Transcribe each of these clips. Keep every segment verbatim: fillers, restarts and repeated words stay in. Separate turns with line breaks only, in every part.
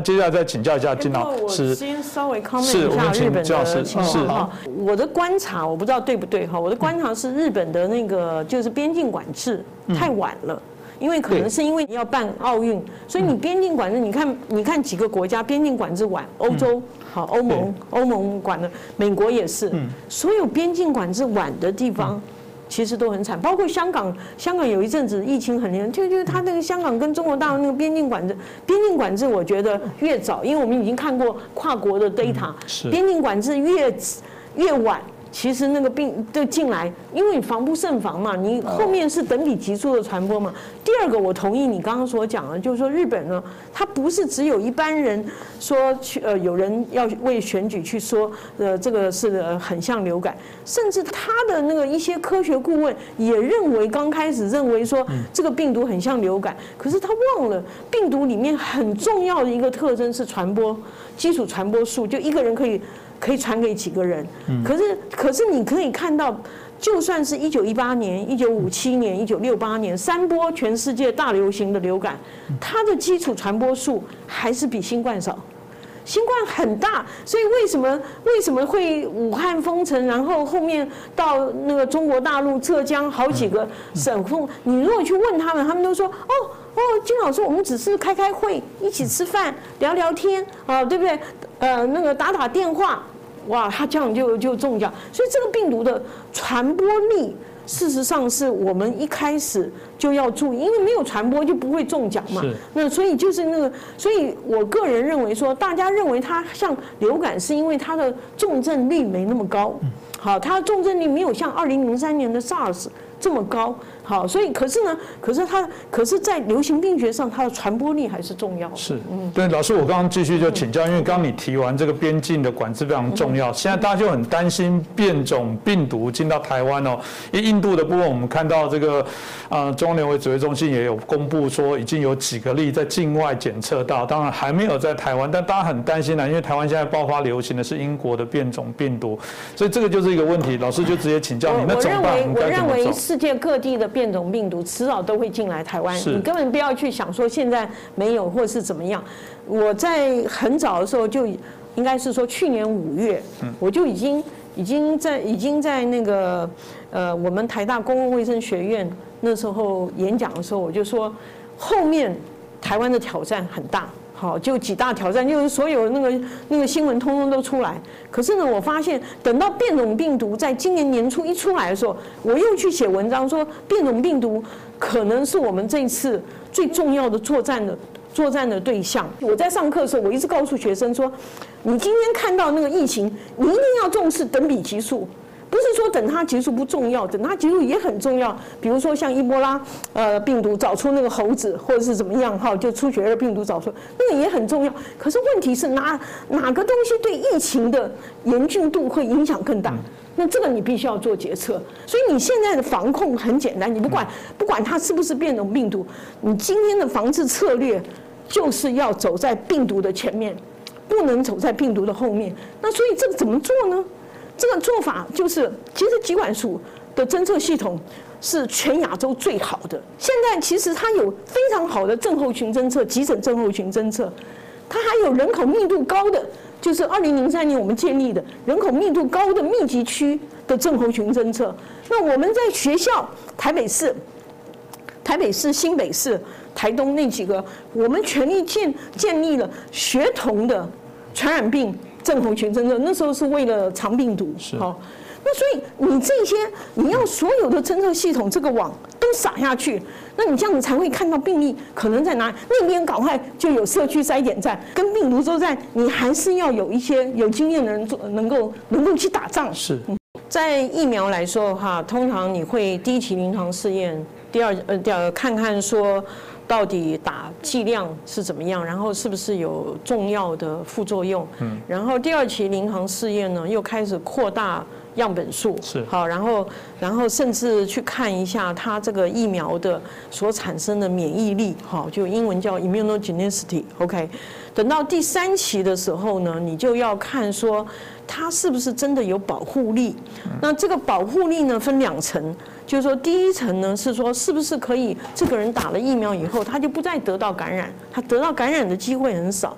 接下来再请教一下金老师。
我先稍微 comment 一下日本的情况哈。我的观察我不知道对不对哈，我的观察是日本的那个就是边境管制太晚了。因为可能是因为你要办奥运，所以你边境管制，你看，你看几个国家边境管制晚，欧洲好，欧盟欧盟管的，美国也是，所有边境管制晚的地方，其实都很惨，包括香港，香港有一阵子疫情很严重，就就是它那个香港跟中国大陆那个边境管制，边境管制我觉得越早，因为我们已经看过跨国的 data， 边境管制越越晚。其实那个病就进来，因为你防不胜防嘛，你后面是等比级数的传播嘛。第二个，我同意你刚刚所讲的，就是说日本呢，它不是只有一般人说去呃有人要为选举去说呃这个是呃很像流感，甚至他的那个一些科学顾问也认为，刚开始认为说这个病毒很像流感，可是他忘了病毒里面很重要的一个特征是传播基础传播数，就一个人可以。可以传给几个人，可是可是你可以看到，就算是一九一八年、一九五七年、一九六八年三波全世界大流行的流感，它的基础传播数还是比新冠少。新冠很大，所以为什么为什么会武汉封城，然后后面到那个中国大陆、浙江好几个省封？你如果去问他们，他们都说哦哦，金老师，我们只是开开会，一起吃饭、聊聊天啊，对不对？呃，那个打打电话。哇，他这样就就中奖，所以这个病毒的传播力，事实上是我们一开始就要注意，因为没有传播就不会中奖嘛。那所以就是那个，所以我个人认为说，大家认为它像流感，是因为它的重症率没那么高。好，它的重症率没有像二零零三年的 SARS 这么高。好，所以可是呢，可是它，可是在流行病学上，它的传播力还是重要。是，嗯，对，老师，我刚刚继续就请教，因为刚刚你提完这个边境的管制非常重要，现在大家就很担心变种病毒进到台湾哦。因为印度的部分，我们看到这个，呃，中央联合指挥中心也有公布说，已经有几个例在境外检测到，当然还没有在台湾，但大家很担心啦，因为台湾现在爆发流行的是英国的变种病毒，所以这个就是一个问题。老师就直接请教你，那怎么办？我们该怎么走？我认为世界各地的变种病毒迟早都会进来台湾，你根本不要去想说现在没有或是怎么样。我在很早的时候就应该是说去年五月，我就已经已经在已经在那个呃我们台大公共卫生学院那时候演讲的时候，我就说后面台湾的挑战很大。好，就几大挑战，就是所有那个那个新闻通通都出来。可是呢，我发现等到变种病毒在今年年初一出来的时候，我又去写文章说，变种病毒可能是我们这一次最重要的作战的作战的对象。我在上课的时候，我一直告诉学生说，你今天看到那个疫情，你一定要重视等比级数。不是说等它结束不重要，等它结束也很重要。比如说像伊波拉呃病毒找出那个猴子，或者是怎么样哈，就出血热病毒找出那个也很重要。可是问题是哪哪个东西对疫情的严峻度会影响更大？那这个你必须要做决策。所以你现在的防控很简单，你不管不管它是不是变种病毒，你今天的防治策略就是要走在病毒的前面，不能走在病毒的后面。那所以这个怎么做呢？这个做法就是，其实疾管署的侦测系统是全亚洲最好的。现在其实它有非常好的症候群侦测，急诊症候群侦测，它还有人口密度高的，就是二零零三年我们建立的人口密度高的密集区的症候群侦测。那我们在学校，台北市、台北市、新北市、台东那几个，我们全力建建立了学童的传染病症候群侦测，那时候是为了肠病毒，好，那所以你这些你要所有的侦测系统这个网都撒下去，那你这样子才会看到病例可能在哪里，那边赶快就有社区筛检站，跟病毒作战，你还是要有一些有经验的人做，能够能够去打仗。是，在疫苗来说的话，通常你会第一期临床试验，第二呃第二看看说。到底打剂量是怎么样，然后是不是有重要的副作用？嗯，然后第二期临床试验呢，又开始扩大样本数，是好，然后然后甚至去看一下它这个疫苗的所产生的免疫力，好，就英文叫 immunogenicity。OK， 等到第三期的时候呢，你就要看说它是不是真的有保护力。那这个保护力呢，分两层。就是说，第一层呢是说，是不是可以这个人打了疫苗以后，他就不再得到感染，他得到感染的机会很少。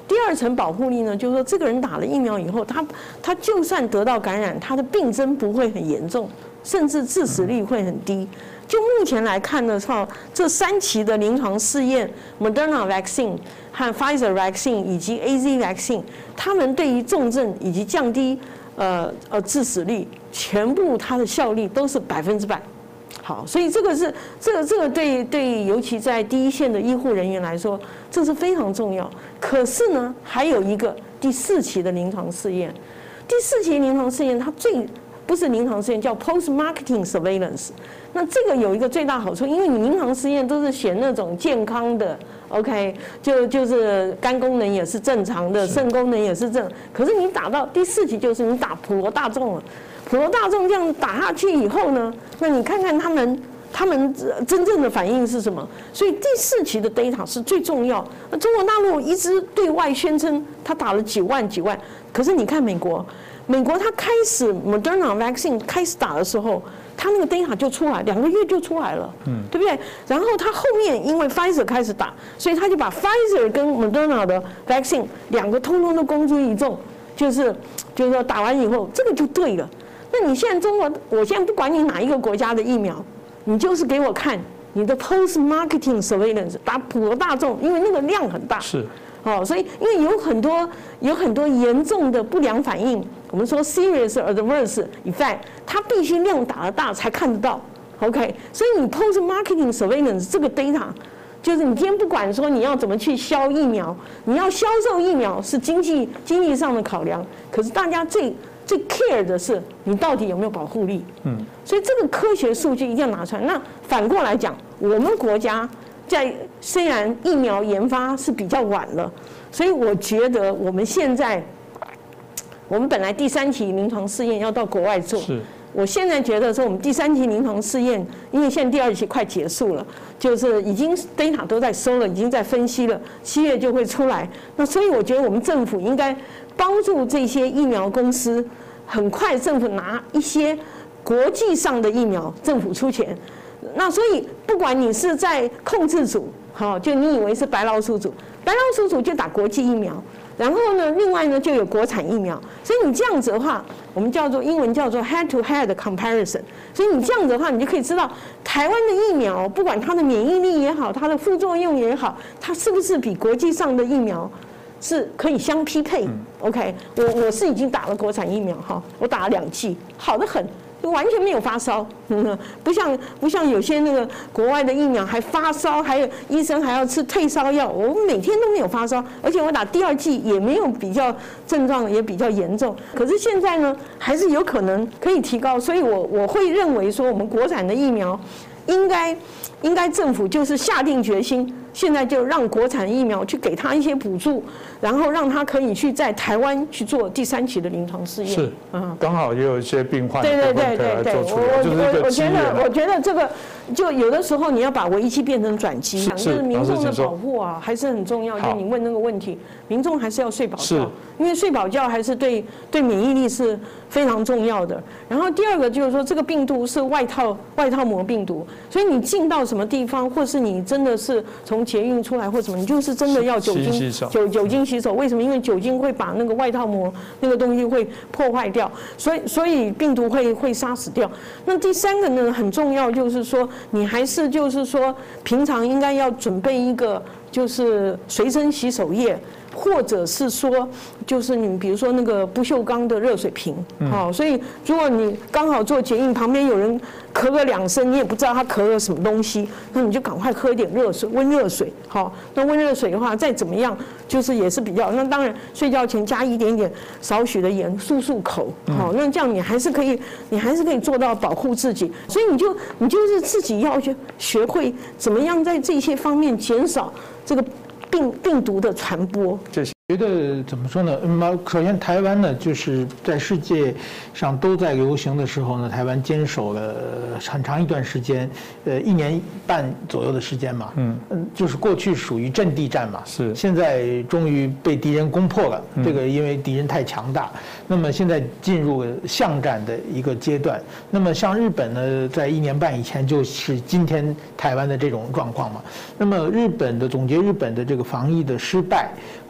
第二层保护力呢，就是说这个人打了疫苗以后，他他就算得到感染，他的病症不会很严重，甚至致死率会很低。就目前来看的话，这三期的临床试验 ，Moderna vaccine 和 Pfizer vaccine 以及 A Z vaccine， 他们对于重症以及降低呃呃致死率，全部它的效力都是百分之百。好，所以这个是这个这个对对，尤其在第一线的医护人员来说，这是非常重要。可是呢，还有一个第四期的临床试验，第四期临床试验它最不是临床试验，叫 post marketing surveillance。那这个有一个最大好处，因为你临床试验都是选那种健康的 ，OK， 就就是肝功能也是正常的，肾功能也是正。可是你打到第四期，就是你打普罗大众了。普罗大众这样打下去以后呢，那你看看他们他们真正的反应是什么？所以第四期的 data 是最重要。那中国大陆一直对外宣称他打了几万几万，可是你看美国，美国他开始 Moderna vaccine 开始打的时候，他那个 data 就出来，两个月就出来了，嗯，对不对？然后他后面因为 Pfizer 开始打，所以他就把 Pfizer 跟 Moderna 的 vaccine 两个通通都公诸于众，就是就是说打完以后，这个就对了。那你现在中国，我现在不管你哪一个国家的疫苗，你就是给我看你的 post marketing surveillance， 打普罗大众，因为那个量很大。
是。
哦，所以因为有很多有很多严重的不良反应，我们说 serious adverse effect， 它必须量打得大才看得到。OK， 所以你 post marketing surveillance 这个 data， 就是你今天不管说你要怎么去销疫苗，你要销售疫苗是经济经济上的考量，可是大家最最 care 的是你到底有没有保护力。嗯，所以这个科学数据一定要拿出来。那反过来讲，我们国家在虽然疫苗研发是比较晚了，所以我觉得我们现在，我们本来第三期临床试验要到国外做，
是。
我现在觉得说我们第三期临床试验，因为现在第二期快结束了，就是已经 data 都在收了，已经在分析了，七月就会出来。那所以我觉得我们政府应该帮助这些疫苗公司，很快政府拿一些国际上的疫苗，政府出钱。那所以不管你是在控制组，好，就你以为是白老鼠组，白老鼠组就打国际疫苗。然后呢，另外呢就有国产疫苗，所以你这样子的话，我们叫做英文叫做 head-to-head comparison。所以你这样子的话，你就可以知道台湾的疫苗，不管它的免疫力也好，它的副作用也好，它是不是比国际上的疫苗是可以相匹配。OK， 我我是已经打了国产疫苗哈，我打了两剂，好得很。完全没有发烧，嗯，不像不像有些那个国外的疫苗还发烧，还有医生还要吃退烧药，我每天都没有发烧，而且我打第二剂也没有比较症状也比较严重。可是现在呢，还是有可能可以提高，所以我我会认为说，我们国产的疫苗应该应该政府就是下定决心，现在就让国产疫苗去给他一些补助，然后让他可以去在台湾去做第三期的临床试验。
是，嗯，刚好也有一些病患
对对对对对，我我我觉得我觉得这个就有的时候你要把危机变成转机，就是民众的保护啊还是很重要。就你问那个问题，民众还是要睡饱觉，因为睡饱觉还是对对免疫力是非常重要的。然后第二个就是说，这个病毒是外套外套膜病毒，所以你进到什么地方，或是你真的是从捷运出来或什么，你就是真的要酒精酒酒精洗手。为什么？因为酒精会把那个外套膜那个东西会破坏掉，所以所以病毒会会杀死掉。那第三个呢，很重要，就是说你还是就是说平常应该要准备一个就是随身洗手液。或者是说，就是你比如说那个不锈钢的热水瓶，好，所以如果你刚好做捷运旁边有人咳个两声，你也不知道他咳了什么东西，那你就赶快喝一点热水，温热水，好，那温热水的话再怎么样，就是也是比较，那当然睡觉前加一点点少许的盐漱漱口，好，那这样你还是可以，你还是可以做到保护自己，所以你就你就是自己要去学会怎么样在这些方面减少这个。病病毒的传播，
这觉得怎么说呢？嗯，首先台湾呢，就是在世界上都在流行的时候呢，台湾坚守了很长一段时间，呃，一年半左右的时间嘛。嗯嗯，就是过去属于阵地战嘛，
是。现
在终于被敌人攻破了，这个因为敌人太强大。那么现在进入巷战的一个阶段。那么像日本呢，在一年半以前就是今天台湾的这种状况嘛。那么日本的总结日本的这个防疫的失败，我觉得也。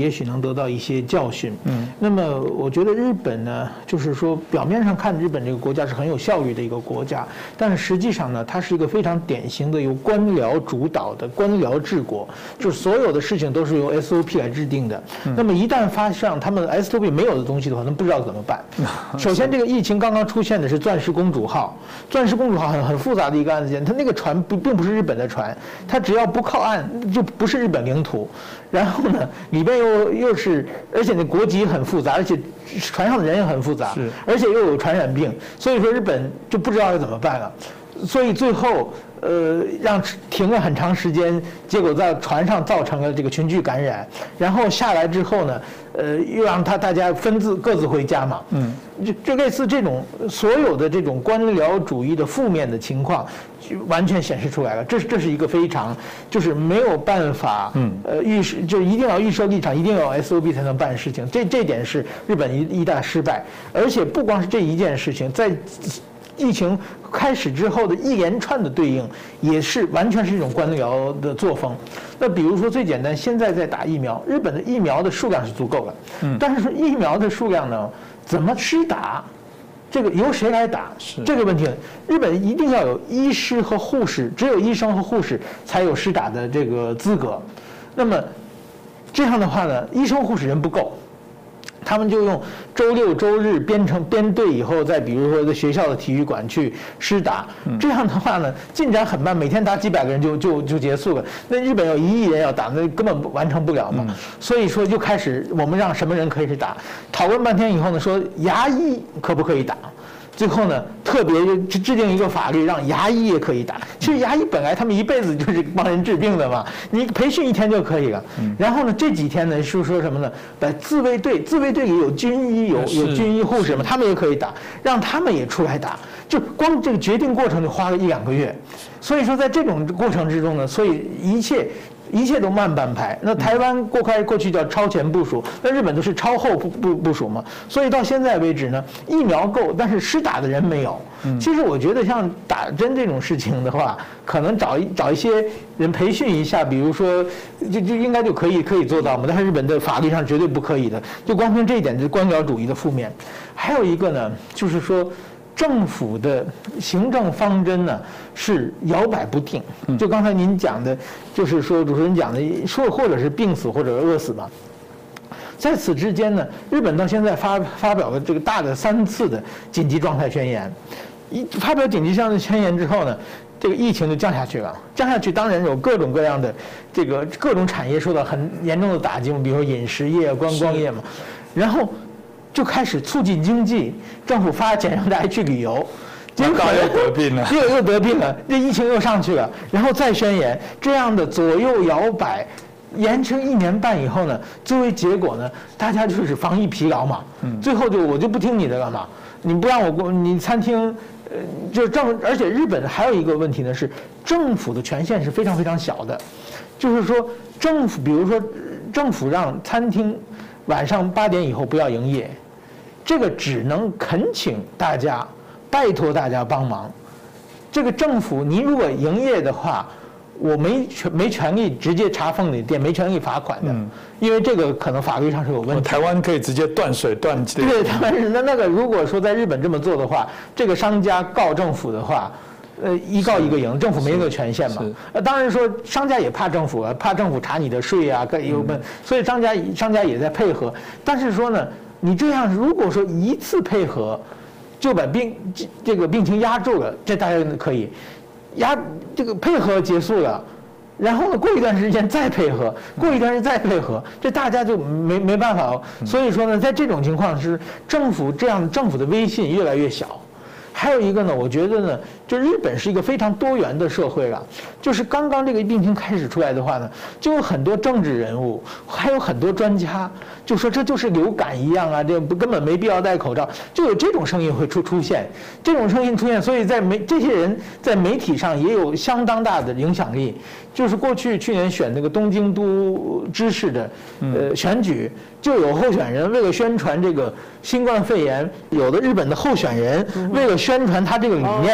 也许能得到一些教训。嗯，那么我觉得日本呢，就是说表面上看日本这个国家是很有效率的一个国家，但是实际上呢，它是一个非常典型的由官僚主导的官僚治国，就是所有的事情都是由 S O P 来制定的。嗯、那么一旦发生他们 S O P 没有的东西的话，他们不知道怎么办。首先，这个疫情刚刚出现的是钻石公主号，钻石公主号很很复杂的一个案件，它那个船不并不是日本的船，它只要不靠岸就不是日本领土。然后呢，里边又又是，而且那国籍很复杂，而且船上的人也很复杂，而且又有传染病，所以说日本就不知道要怎么办了。所以最后，呃，让停了很长时间，结果在船上造成了这个群聚感染，然后下来之后呢，呃，又让他大家分自各自回家嘛。嗯，就就类似这种所有的这种官僚主义的负面的情况，就完全显示出来了。这是这是一个非常就是没有办法，嗯，呃，预设就一定要预设立场，一定要有 S O P 才能办事情。这这点是日本一一大失败，而且不光是这一件事情，在疫情开始之后的一连串的对应，也是完全是一种官僚的作风。那比如说最简单，现在在打疫苗，日本的疫苗的数量是足够了，嗯，但是说疫苗的数量呢，怎么施打，这个由谁来打，这个问题，日本一定要有医师和护士，只有医生和护士才有施打的这个资格。那么这样的话呢，医生护士人不够。他们就用周六周日编成编队以后，再比如说在学校的体育馆去施打，这样的话呢，进展很慢，每天打几百个人就就就结束了。那日本有一亿人要打，那根本完成不了嘛。所以说就开始我们让什么人可以去打，讨论半天以后呢，说牙医可不可以打？最后呢，特别就制定一个法律，让牙医也可以打。其实牙医本来他们一辈子就是帮人治病的嘛，你培训一天就可以了。然后呢，这几天呢是说什么呢？把自卫队，自卫队里有军医，有有军医护士嘛，他们也可以打，让他们也出来打。就光这个决定过程就花了一两个月。所以说在这种过程之中呢，所以一切。一切都慢半拍。那台湾过开过去叫超前部署，那日本都是超后部部部署嘛。所以到现在为止呢，疫苗够，但是施打的人没有。其实我觉得像打针这种事情的话，可能找一找一些人培训一下，比如说就就应该就可以可以做到嘛。但是日本的法律上绝对不可以的。就光凭这一点，就是官僚主义的负面。还有一个呢，就是说。政府的行政方针呢是摇摆不定，就刚才您讲的，就是说主持人讲的，说或者是病死或者饿死嘛。在此之间呢，日本到现在发发表了这个大的三次的紧急状态宣言，一发表紧急状态宣言之后呢，这个疫情就降下去了。降下去当然有各种各样的这个各种产业受到很严重的打击，比如说饮食业、观光业嘛，然后。就开始促进经济，政府发钱让大家去旅游，
结果又得病了，
又又得病了，这疫情又上去了，然后再宣言，这样的左右摇摆，延迟一年半以后呢，作为结果呢，大家就是防疫疲劳嘛，嗯，最后就我就不听你的了嘛，你不让我过，你餐厅，呃，就是政，而且日本还有一个问题呢是，政府的权限是非常非常小的，就是说政府，比如说政府让餐厅晚上八点以后不要营业。这个只能恳请大家，拜托大家帮忙。这个政府，您如果营业的话，我没权没权利直接查封你的店，没权利罚款的，嗯、因为这个可能法律上是有问题。
台湾可以直接断水断电。
对，台湾是那那个，如果说在日本这么做的话，这个商家告政府的话。呃，一告一个赢，政府没那个权限嘛。呃，当然说商家也怕政府啊，怕政府查你的税啊，各有问，所以商家商家也在配合。但是说呢，你这样如果说一次配合，就把病这个病情压住了，这大家可以压这个配合结束了，然后呢过一段时间再配合，过一段时间再配合，这大家就没没办法。所以说呢，在这种情况是政府这样政府的威信越来越小。还有一个呢，我觉得呢，就日本是一个非常多元的社会了。就是刚刚这个病情开始出来的话呢，就有很多政治人物，还有很多专家，就说这就是流感一样啊，这不根本没必要戴口罩，就有这种声音会出出现，这种声音出现，所以在媒这些人在媒体上也有相当大的影响力。就是过去去年选那个东京都知事的呃选举，就有候选人为了宣传这个新冠肺炎，有的日本的候选人为了宣传他这个理念，竟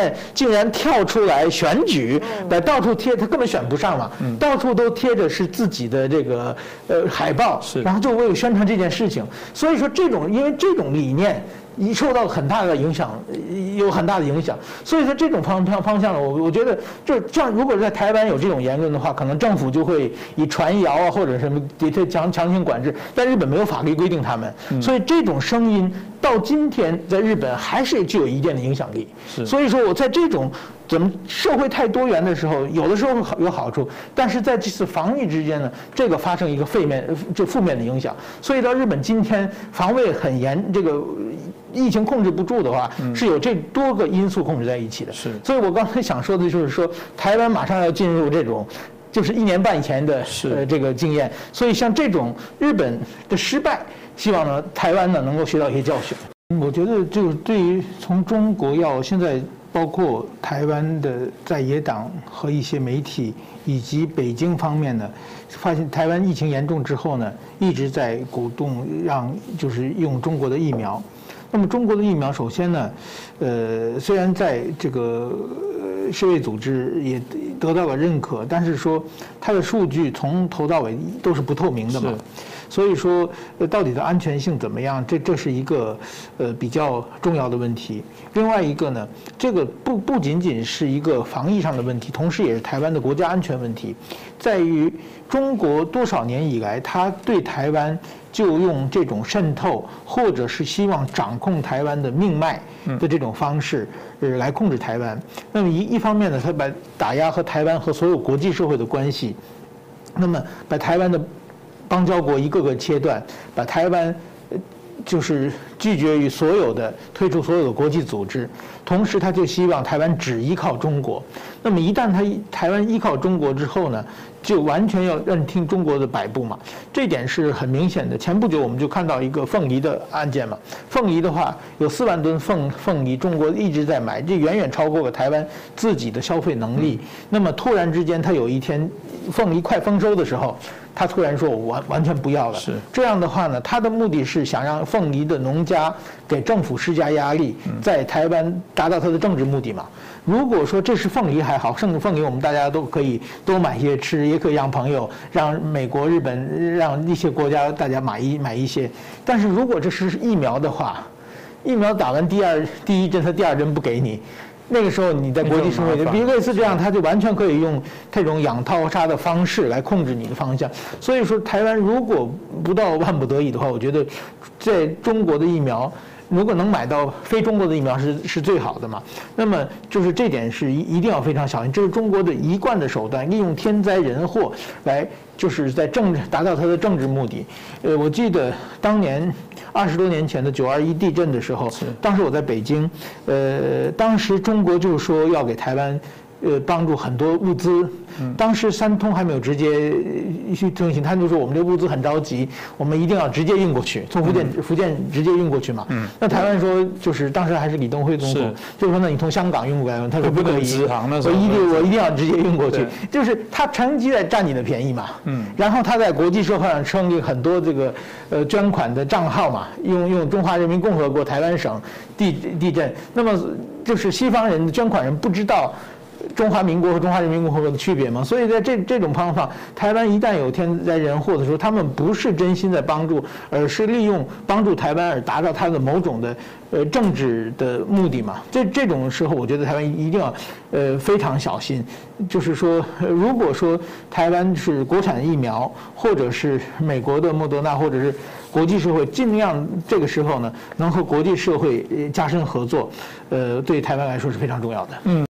竟然跳出来选举，来到处贴，他根本选不上嘛，到处都贴着是自己的这个呃海报，然后就为了宣传这件事情。所以说这种，因为这种理念一受到很大的影响，有很大的影响。所以说这种方向方向呢，我我觉得就像如果在台湾有这种言论的话，可能政府就会以传谣啊或者什么的确强强行管制，但日本没有法律规定他们，所以这种声音到今天在日本还是具有一定的影响力。所以说我在这种怎么社会太多元的时候，有的时候有好处，但是在这次防疫之间呢，这个发生一个负面就负面的影响。所以到日本今天防卫很严，这个疫情控制不住的话，是有这多个因素控制在一起的。是，所以我刚才想说的就是说，台湾马上要进入这种。就是一年半以前的呃这个经验，所以像这种日本的失败，希望呢台湾呢能够学到一些教训。我觉得就是对于从中国要现在包括台湾的在野党和一些媒体以及北京方面呢，发现台湾疫情严重之后呢，一直在鼓动让就是用中国的疫苗。那么中国的疫苗，首先呢，呃，虽然在这个世卫组织也得到了认可，但是说它的数据从头到尾都是不透明的嘛，所以说呃到底的安全性怎么样，这这是一个呃比较重要的问题。另外一个呢，这个不不仅仅是一个防疫上的问题，同时也是台湾的国家安全问题，在于中国多少年以来，它对台湾就用这种渗透，或者是希望掌控台湾的命脉的这种方式，呃，来控制台湾。那么一一方面呢，他把打压和台湾和所有国际社会的关系，那么把台湾的邦交国一个个切断，把台湾就是拒绝于所有的退出所有的国际组织，同时他就希望台湾只依靠中国。那么一旦他台湾依靠中国之后呢，就完全要认听中国的摆布嘛，这点是很明显的。前不久我们就看到一个凤梨的案件嘛，凤梨的话有四万吨凤凤梨，中国一直在买，这远远超过了台湾自己的消费能力。那么突然之间，他有一天凤梨快丰收的时候，他突然说我完完全不要了。是这样的话呢，他的目的是想让凤梨的农家给政府施加压力，在台湾达到他的政治目的嘛。如果说这是凤梨还好，剩的凤梨我们大家都可以多买一些吃，也可以让朋友、让美国、日本、让一些国家大家买一买一些。但是如果这是疫苗的话，疫苗打完第二第一针，他第二针不给你。那个时候你在国际社会，比如类似这样，他就完全可以用这种养套杀的方式来控制你的方向。所以说，台湾如果不到万不得已的话，我觉得在中国的疫苗，如果能买到非中国的疫苗是是最好的嘛。那么就是这点是一一定要非常小心，这是中国的一贯的手段，利用天灾人祸来就是在政治达到它的政治目的。呃，我记得当年二十多年前的九二一地震的时候，当时我在北京，呃，当时中国就说要给台湾。呃，帮助很多物资，当时三通还没有直接去推行，他就说我们这物资很着急，我们一定要直接运过去，从福建福建直接运过去嘛。那台湾说就是当时还是李登辉总统，就是说那你从香港运过来，他说不可以，我一定我一定要直接运过去，就是他长期在占你的便宜嘛。嗯，然后他在国际社会上成立很多这个呃捐款的账号嘛，用用中华人民共和国台湾省地地震，那么就是西方人捐款人不知道中华民国和中华人民共和国的区别嘛，所以在这这种方法，台湾一旦有天灾人祸的时候，他们不是真心在帮助，而是利用帮助台湾而达到他的某种的呃政治的目的嘛。这这种时候，我觉得台湾一定要呃非常小心。就是说，如果说台湾是国产疫苗，或者是美国的莫德纳，或者是国际社会尽量这个时候呢，能和国际社会加深合作，呃，对台湾来说是非常重要的。嗯。